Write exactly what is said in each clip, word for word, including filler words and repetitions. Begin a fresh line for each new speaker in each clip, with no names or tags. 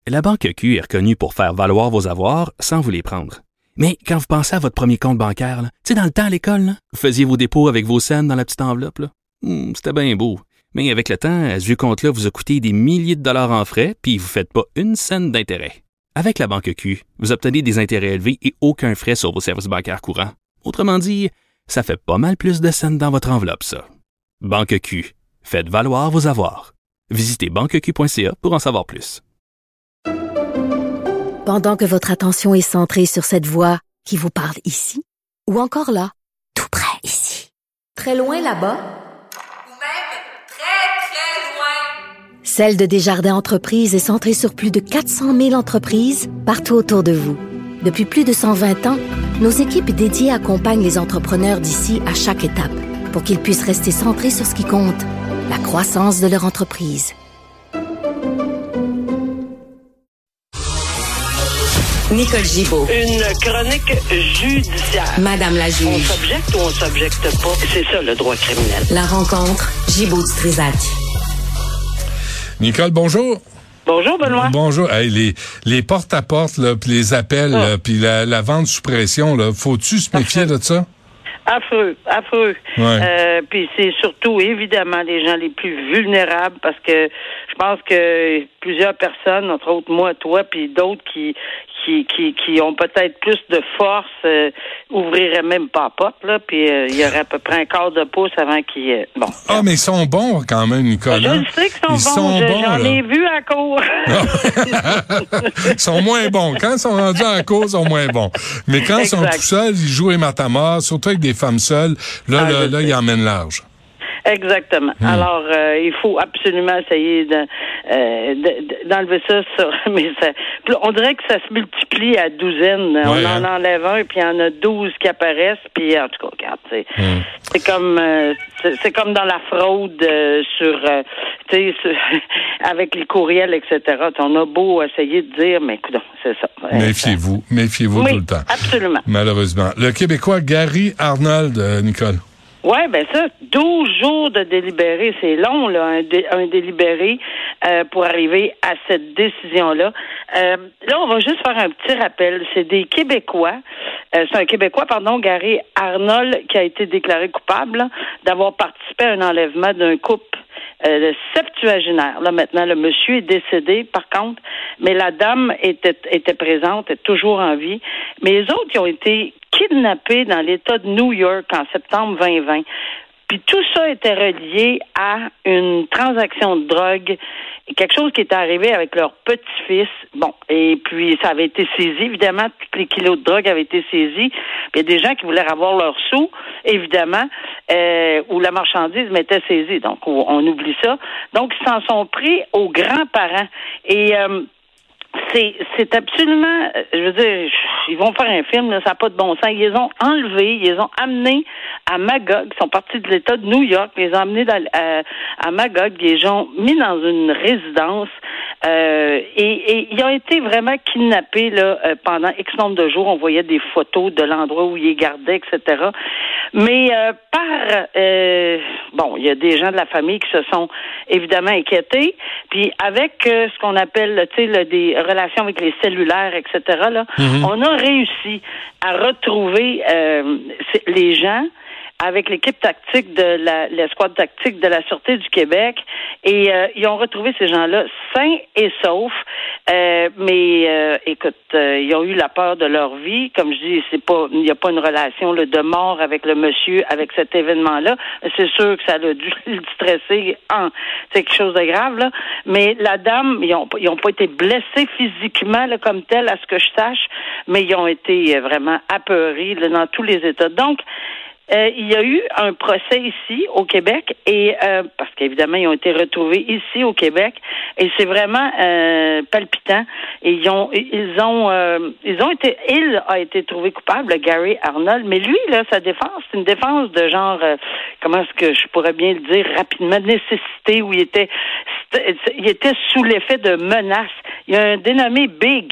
La Banque Q est reconnue pour faire valoir vos avoirs sans vous les prendre. Mais quand vous pensez à votre premier compte bancaire, tu sais, dans le temps à l'école, là, vous faisiez vos dépôts avec vos scènes dans la petite enveloppe. Là. Hum, c'était bien beau. Mais avec le temps, à ce vieux compte-là vous a coûté des milliers de dollars en frais, puis vous ne faites pas une scène d'intérêt. Avec la Banque Q, vous obtenez des intérêts élevés et aucun frais sur vos services bancaires courants. Autrement dit, ça fait pas mal plus de scènes dans votre enveloppe, ça. Banque Q. Faites valoir vos avoirs. Visitez banque q point c a pour en savoir plus.
Pendant que votre attention est centrée sur cette voix qui vous parle ici, ou encore là, tout près ici, très loin là-bas,
ou même très, très loin,
Celle de Desjardins Entreprises est centrée sur plus de quatre cent mille entreprises partout autour de vous. Depuis plus de cent vingt ans, nos équipes dédiées accompagnent les entrepreneurs d'ici à chaque étape pour qu'ils puissent rester centrés sur ce qui compte, la croissance de leur entreprise.
Nicole Gibaud.
Une chronique judiciaire.
Madame la
On
juge.
s'objecte ou on s'objecte pas. C'est ça, le droit criminel.
La rencontre, Gibaud-Strisac.
Nicole, bonjour.
Bonjour, Benoît.
Bonjour. Hey, les, les porte-à-porte, là, puis les appels,
Ah.
là, puis la, la vente sous pression, là, faut-tu se méfier de ça?
Affreux, affreux.
Ouais.
Euh, puis c'est surtout, évidemment, les gens les plus vulnérables parce que je pense que plusieurs personnes, entre autres moi, toi, puis d'autres qui qui qui qui ont peut-être plus de force, euh, ouvriraient même pas la porte, là, puis euh, il y aurait à peu près un quart de pouce avant qu'ils... Euh, bon.
Ah, mais ils sont bons quand même, Nicole.
Je
hein?
sais qu'ils sont
ils
bons,
sont
je-
bons,
j'en
là.
ai vu à court.
Ils sont moins bons. Quand ils sont rendus en cause, ils sont moins bons. Mais quand ils sont
Exact.
tout seuls, ils jouent et matamor, surtout avec des femmes seules, là,
Ah,
là,
je
là,
sais.
ils emmènent large.
Exactement.
Hmm.
Alors, euh, il faut absolument essayer de, euh, de- de- d'enlever ça sur... Mais ça, puis on dirait que ça se multiplie à douzaines. on
Ouais,
en
hein.
enlève un, puis il y en a douze qui apparaissent. Puis en tout cas, regarde, c'est,
Hmm.
c'est comme euh, c'est, c'est comme dans la fraude euh, sur, euh, tu sais, sur- avec les courriels, et cetera. On a beau essayer de dire, mais écoute, c'est ça. Euh,
Méfiez-vous. Méfiez-vous
Oui,
tout le temps.
absolument.
Malheureusement. Le Québécois Gary Arnold, euh, Nicole.
Oui, ben ça, douze jours de délibéré, c'est long, là, un, dé, un délibéré euh, pour arriver à cette décision-là. Euh, là, on va juste faire un petit rappel. C'est des Québécois, euh, c'est un Québécois, pardon, Gary Arnold, qui a été déclaré coupable là, d'avoir participé à un enlèvement d'un couple euh, septuagénaire. Là, maintenant, le monsieur est décédé, par contre, mais la dame était, était présente, est toujours en vie. Mais les autres qui ont été kidnappés dans l'État de New York en septembre vingt vingt. Puis tout ça était relié à une transaction de drogue, quelque chose qui était arrivé avec leur petit-fils. Bon, et puis ça avait été saisi, évidemment, tous les kilos de drogue avaient été saisis. Puis il y a des gens qui voulaient avoir leurs sous, évidemment, euh, où la marchandise m'était saisie. Donc, on, on oublie ça. Donc, ils s'en sont pris aux grands-parents. Et... Euh, C'est, c'est absolument, je veux dire, ils vont faire un film, là, ça n'a pas de bon sens. Ils les ont enlevés, ils les ont amenés à Magog, ils sont partis de l'État de New York, ils les ont amenés dans, à, à Magog, ils les ont mis dans une résidence euh, et, et ils ont été vraiment kidnappés là, euh, pendant X nombre de jours. On voyait des photos de l'endroit où ils les gardaient, et cetera. Mais euh, par, euh, bon, il y a des gens de la famille qui se sont évidemment inquiétés, puis avec euh, ce qu'on appelle, tu sais, le, des relations avec les cellulaires, et cetera, là,
Mm-hmm.
on a réussi à retrouver euh, les gens avec l'équipe tactique de la l'escouade tactique de la Sûreté du Québec et euh, ils ont retrouvé ces gens-là sains et saufs. Euh, mais euh, écoute, euh, ils ont eu la peur de leur vie. Comme je dis, c'est pas, il n'y a pas une relation là, de mort avec le monsieur, avec cet événement-là. C'est sûr que ça a dû le stresser. En, c'est quelque chose de grave là. Mais la dame, ils ont, ils ont pas été blessés physiquement là, comme tel, à ce que je sache, mais ils ont été vraiment apeurés là, dans tous les états. Donc Euh, il y a eu un procès ici au Québec et euh, parce qu'évidemment ils ont été retrouvés ici au Québec et c'est vraiment euh, palpitant. Et ils ont ils ont euh, ils ont été il a été trouvé coupable, Gary Arnold, mais lui là sa défense c'est une défense de genre euh, comment est-ce que je pourrais bien le dire rapidement, nécessité où il était il était sous l'effet de menaces. Il y a un dénommé Big.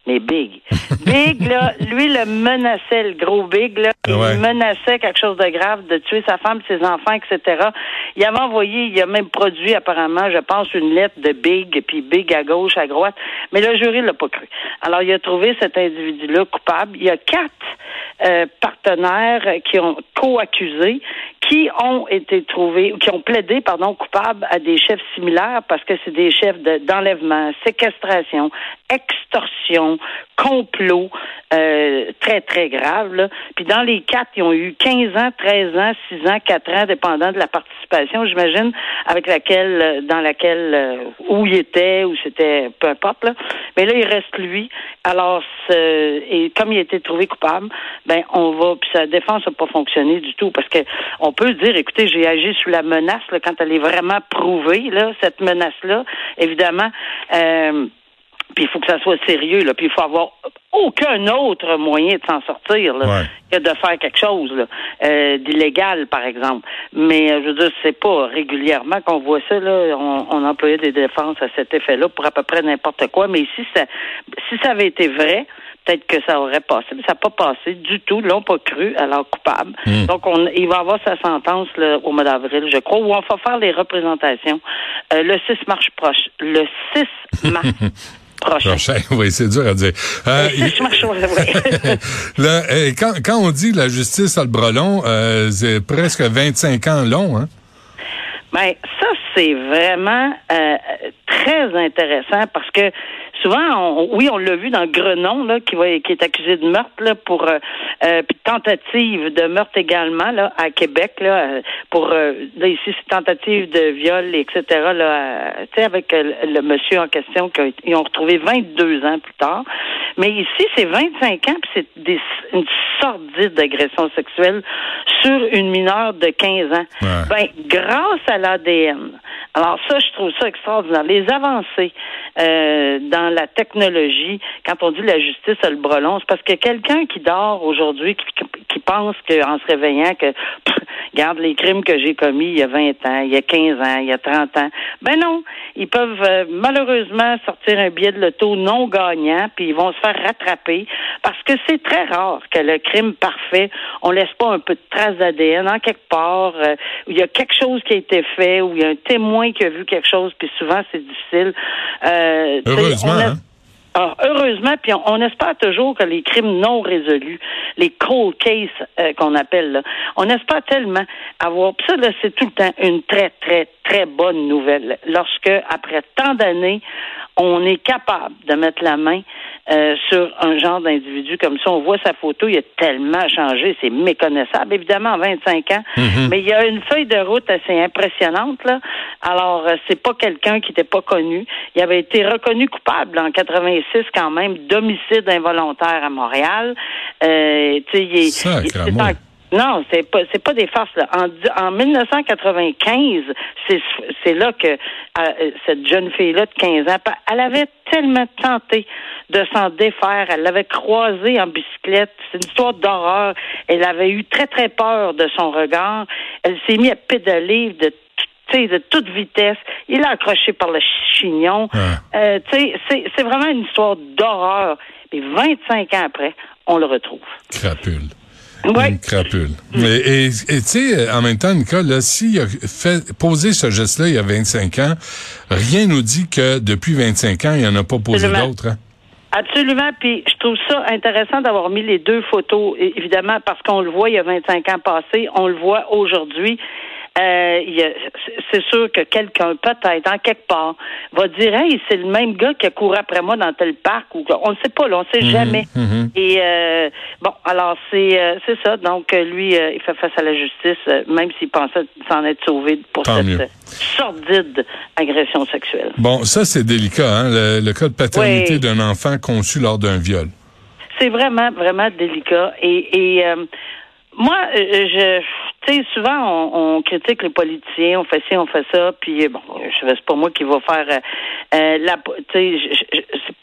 mais Big. Big, là, lui, le menaçait, le gros Big, là. Il
ouais.
menaçait quelque chose de grave, de tuer sa femme, ses enfants, et cetera. Il avait envoyé, il a même produit, apparemment, je pense, une lettre de Big, puis Big à gauche, à droite. Mais le jury l'a pas cru. Alors, il a trouvé cet individu-là coupable. Il y a quatre euh, partenaires qui ont co-accusé, qui ont été trouvés, qui ont plaidé, pardon, coupables à des chefs similaires parce que c'est des chefs de, d'enlèvement, séquestration, extorsion, complot, euh, très, très grave, là. Puis dans les quatre, ils ont eu quinze ans, treize ans, six ans, quatre ans, dépendant de la participation, j'imagine, avec laquelle, dans laquelle, euh, où il était, où c'était, peu importe, là. Mais là, il reste lui. Alors, ce, et comme il a été trouvé coupable, ben, on va, puis sa défense n'a pas fonctionné du tout, parce que on peut dire, écoutez, j'ai agi sous la menace, là, quand elle est vraiment prouvée, là, cette menace-là, évidemment, euh, puis il faut que ça soit sérieux, là, puis il faut avoir aucun autre moyen de s'en sortir, là,
ouais.
que de faire quelque chose, là, euh, d'illégal, par exemple. Mais, euh, je veux dire, c'est pas régulièrement qu'on voit ça, là, on, on employait des défenses à cet effet-là pour à peu près n'importe quoi, mais si ça, si ça avait été vrai, peut-être que ça aurait passé, mais ça n'a pas passé du tout. Ils l'ont pas cru, alors coupable. Mm. Donc, on, il va avoir sa sentence là, au mois d'avril, je crois, où on va faire les représentations euh, le six mars proche. Le six mars prochain. Prochain.
Oui, c'est dur à dire. Euh,
le six mars, oui.
Là, quand, quand on dit la justice a le bras long, euh, c'est presque vingt-cinq ans long, hein?
Ben, ça, c'est vraiment euh, très intéressant parce que souvent, on, oui, on l'a vu dans Grenon, là, qui, va, qui est accusé de meurtre, là, pour euh, euh, tentative de meurtre également, là, à Québec, là, pour euh, là, ici, c'est tentative de viol, et cetera. Là, tu sais, avec euh, le monsieur en question, qu'ils ont retrouvé vingt-deux ans plus tard. Mais ici, c'est vingt-cinq ans, puis c'est des, une sordide d'agression sexuelle sur une mineure de quinze ans. Ouais. Ben, grâce à l'A D N. Alors ça, je trouve ça extraordinaire. Les avancées euh, dans la technologie, quand on dit la justice a le bras long, c'est parce que quelqu'un qui dort aujourd'hui, qui, qui pense qu'en se réveillant, que pff, regarde les crimes que j'ai commis il y a vingt ans, il y a quinze ans, il y a trente ans, ben non, ils peuvent euh, malheureusement sortir un billet de loto non gagnant, puis ils vont se faire rattraper, parce que c'est très rare que le crime parfait, on laisse pas un peu de traces d'A D N en quelque part, euh, où il y a quelque chose qui a été fait, où il y a un témoin qui a vu quelque chose, puis souvent c'est difficile. Euh,
Heureusement, a... hein?
Ah, heureusement, puis on, on espère toujours que les crimes non résolus, les cold cases euh, qu'on appelle, là, on espère tellement avoir... Puis ça, là, c'est tout le temps une très, très, très bonne nouvelle. Lorsque, après tant d'années, on est capable de mettre la main euh, sur un genre d'individu comme ça. On voit sa photo, il a tellement changé, c'est méconnaissable, évidemment, en vingt-cinq ans. Mm-hmm. Mais il y a une feuille de route assez impressionnante, là. Alors, euh, c'est pas quelqu'un qui n'était pas connu. Il avait été reconnu coupable en quatre-vingt-six, quand même, d'homicide involontaire à Montréal. Euh, tu sais, il est... c'est en... Non, c'est pas c'est pas des farces là. En, en dix-neuf cent quatre-vingt-quinze, c'est c'est là que euh, cette jeune fille-là de quinze ans, elle avait tellement tenté de s'en défaire. Elle l'avait croisé en bicyclette. C'est une histoire d'horreur. Elle avait eu très très peur de son regard. Elle s'est mise à pédaler de T'sais, de toute vitesse. Il l'a accroché par le chignon. Ouais. Euh, t'sais, c'est, c'est vraiment une histoire d'horreur. Et vingt-cinq ans après, on le retrouve.
Crapule.
Ouais.
Une crapule. Mm. Et tu sais, en même temps, Nicole, là, s'il a fait poser ce geste-là il y a vingt-cinq ans, rien nous dit que depuis vingt-cinq ans, il n'y en a pas posé Absolument. d'autres. Hein?
Absolument, puis je trouve ça intéressant d'avoir mis les deux photos, évidemment, parce qu'on le voit il y a vingt-cinq ans passés, on le voit aujourd'hui. Euh, il y a, c'est sûr que quelqu'un, peut-être, en quelque part, va dire « Hey, c'est le même gars qui a couru après moi dans tel parc. » ou on ne sait pas, là, on ne sait mmh, jamais. Mmh. Et euh, bon, alors c'est euh, c'est ça. Donc, lui, euh, il fait face à la justice, euh, même s'il pensait s'en être sauvé pour Tant cette mieux. sordide agression sexuelle.
Bon, ça, c'est délicat, hein, le, le cas de paternité oui. d'un enfant conçu lors d'un viol.
C'est vraiment, vraiment délicat. Et... et euh, moi, je, tu sais, souvent on, on critique les politiciens, on fait ci, on fait ça, puis bon, je c'est pas moi qui va faire euh, la, tu sais,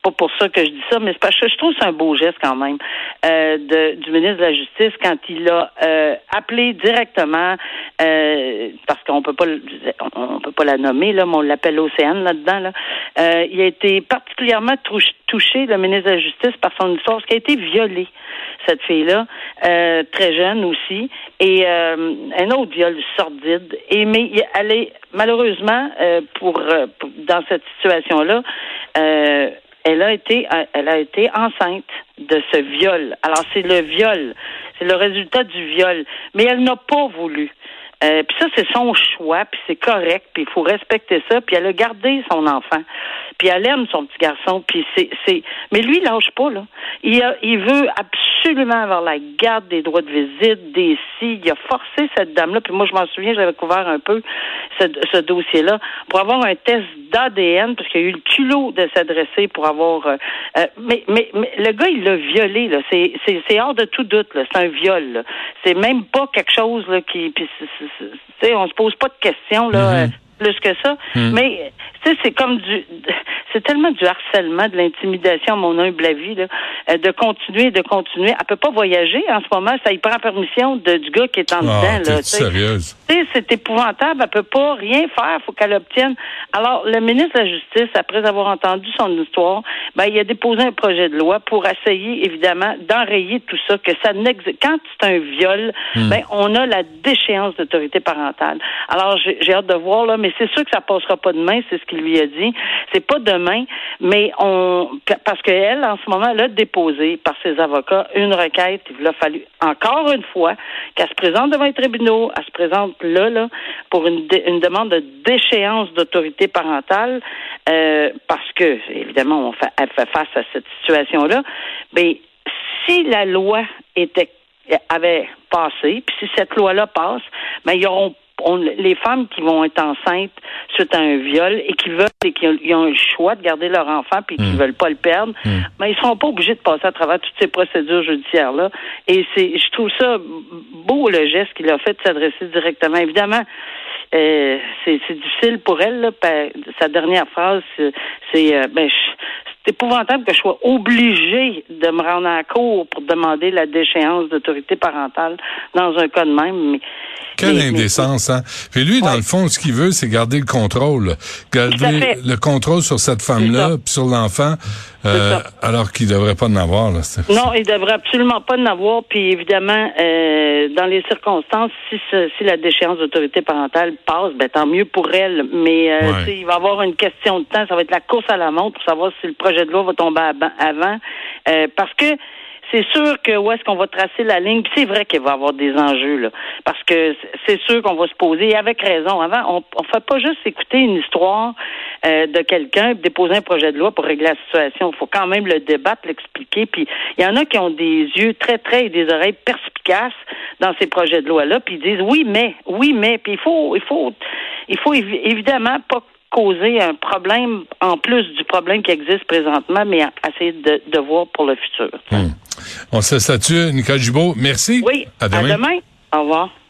pas pour ça que je dis ça, mais c'est parce que je trouve que c'est un beau geste quand même euh, de, du ministre de la Justice quand il a euh, appelé directement, euh, parce qu'on peut pas on peut pas la nommer, là, mais on l'appelle Océane là-dedans. Là. Euh, il a été particulièrement touché, le ministre de la Justice, par son histoire, parce qu'elle a été violée, cette fille-là, euh, très jeune aussi, et euh, un autre viol sordide. Et mais elle est malheureusement euh, pour, euh, pour dans cette situation-là, euh, elle a été elle a été enceinte de ce viol. Alors c'est le viol, c'est le résultat du viol, mais elle n'a pas voulu. Euh, puis ça, c'est son choix, puis c'est correct, puis il faut respecter ça. Puis elle a gardé son enfant, puis elle aime son petit garçon, puis c'est, c'est... Mais lui, il lâche pas, là. Il, a, il veut absolument avoir la garde des droits de visite, des si. Il a forcé cette dame-là, puis moi, je m'en souviens, j'avais couvert un peu ce, ce dossier-là, pour avoir un test d'A D N, parce qu'il y a eu le culot de s'adresser pour avoir... Euh, euh, mais, mais, mais le gars, il l'a violé, là. C'est, c'est, c'est hors de tout doute, là. C'est un viol, là. C'est même pas quelque chose, là, qui... Puis c'est, c'est, tu sais, on se pose pas de questions là mm-hmm. euh, plus que ça, mm-hmm. mais tu sais, c'est comme du, c'est tellement du harcèlement, de l'intimidation à mon humble avis là, euh, de continuer, de continuer. Elle peut pas voyager en ce moment, ça y prend permission de, du gars qui est en
oh,
dedans là.
Sérieuse?
Tu sais, c'est épouvantable. Elle peut pas rien faire, faut qu'elle obtienne. Alors, le ministre de la Justice, après avoir entendu son histoire, ben il a déposé un projet de loi pour essayer évidemment d'enrayer tout ça, que ça n'existe. Quand c'est un viol, mm. ben on a la déchéance d'autorité parentale. Alors, j'ai, j'ai hâte de voir là, mais c'est sûr que ça passera pas demain, c'est ce qu'il lui a dit. C'est pas demain, mais on parce qu'elle, en ce moment, elle a déposé par ses avocats une requête. Il a fallu encore une fois qu'elle se présente devant les tribunaux, elle se présente là, là, pour une, dé, une demande de déchéance d'autorité parentale, euh, parce que, évidemment, on fait, elle fait face à cette situation-là. Mais si la loi était avait passé, puis si cette loi-là passe, ben ils auront On, les femmes qui vont être enceintes suite à un viol et qui veulent et qui ont, ils ont le choix de garder leur enfant puis qui mmh. veulent pas le perdre, mmh. mais ils seront pas obligés de passer à travers toutes ces procédures judiciaires là. Et c'est, je trouve ça beau le geste qu'il a fait de s'adresser directement. Évidemment, euh, c'est, c'est difficile pour elle là. Sa dernière phrase, c'est, c'est euh, ben, je, c'est épouvantable que je sois obligée de me rendre en cour pour demander la déchéance d'autorité parentale dans un cas de même. Mais,
Quelle
mais,
indécence, hein? Puis lui, ouais. dans le fond, ce qu'il veut, c'est garder le contrôle. Garder le contrôle sur cette femme-là, puis sur l'enfant, euh, alors qu'il devrait pas en avoir, là.
Non, il devrait absolument pas en avoir. Puis évidemment, euh, dans les circonstances, si, ce, si la déchéance d'autorité parentale passe, ben tant mieux pour elle. Mais euh, ouais. il va y avoir une question de temps. Ça va être la course à la montre pour savoir si le projet de loi va tomber avant. Euh, parce que c'est sûr que où est-ce qu'on va tracer la ligne, puis c'est vrai qu'il va y avoir des enjeux, là. Parce que c'est sûr qu'on va se poser, et avec raison. Avant, on ne fait pas juste écouter une histoire euh, de quelqu'un et déposer un projet de loi pour régler la situation. Il faut quand même le débattre, l'expliquer. Puis il y en a qui ont des yeux très, très et des oreilles perspicaces dans ces projets de loi-là, puis ils disent oui, mais, oui, mais. Puis il faut, il faut, il faut évi- évidemment pas causer un problème en plus du problème qui existe présentement, mais essayer de, de voir pour le futur.
Hum. On se statue, Nicole Gibault. Merci.
Oui.
À demain.
À demain. Au revoir.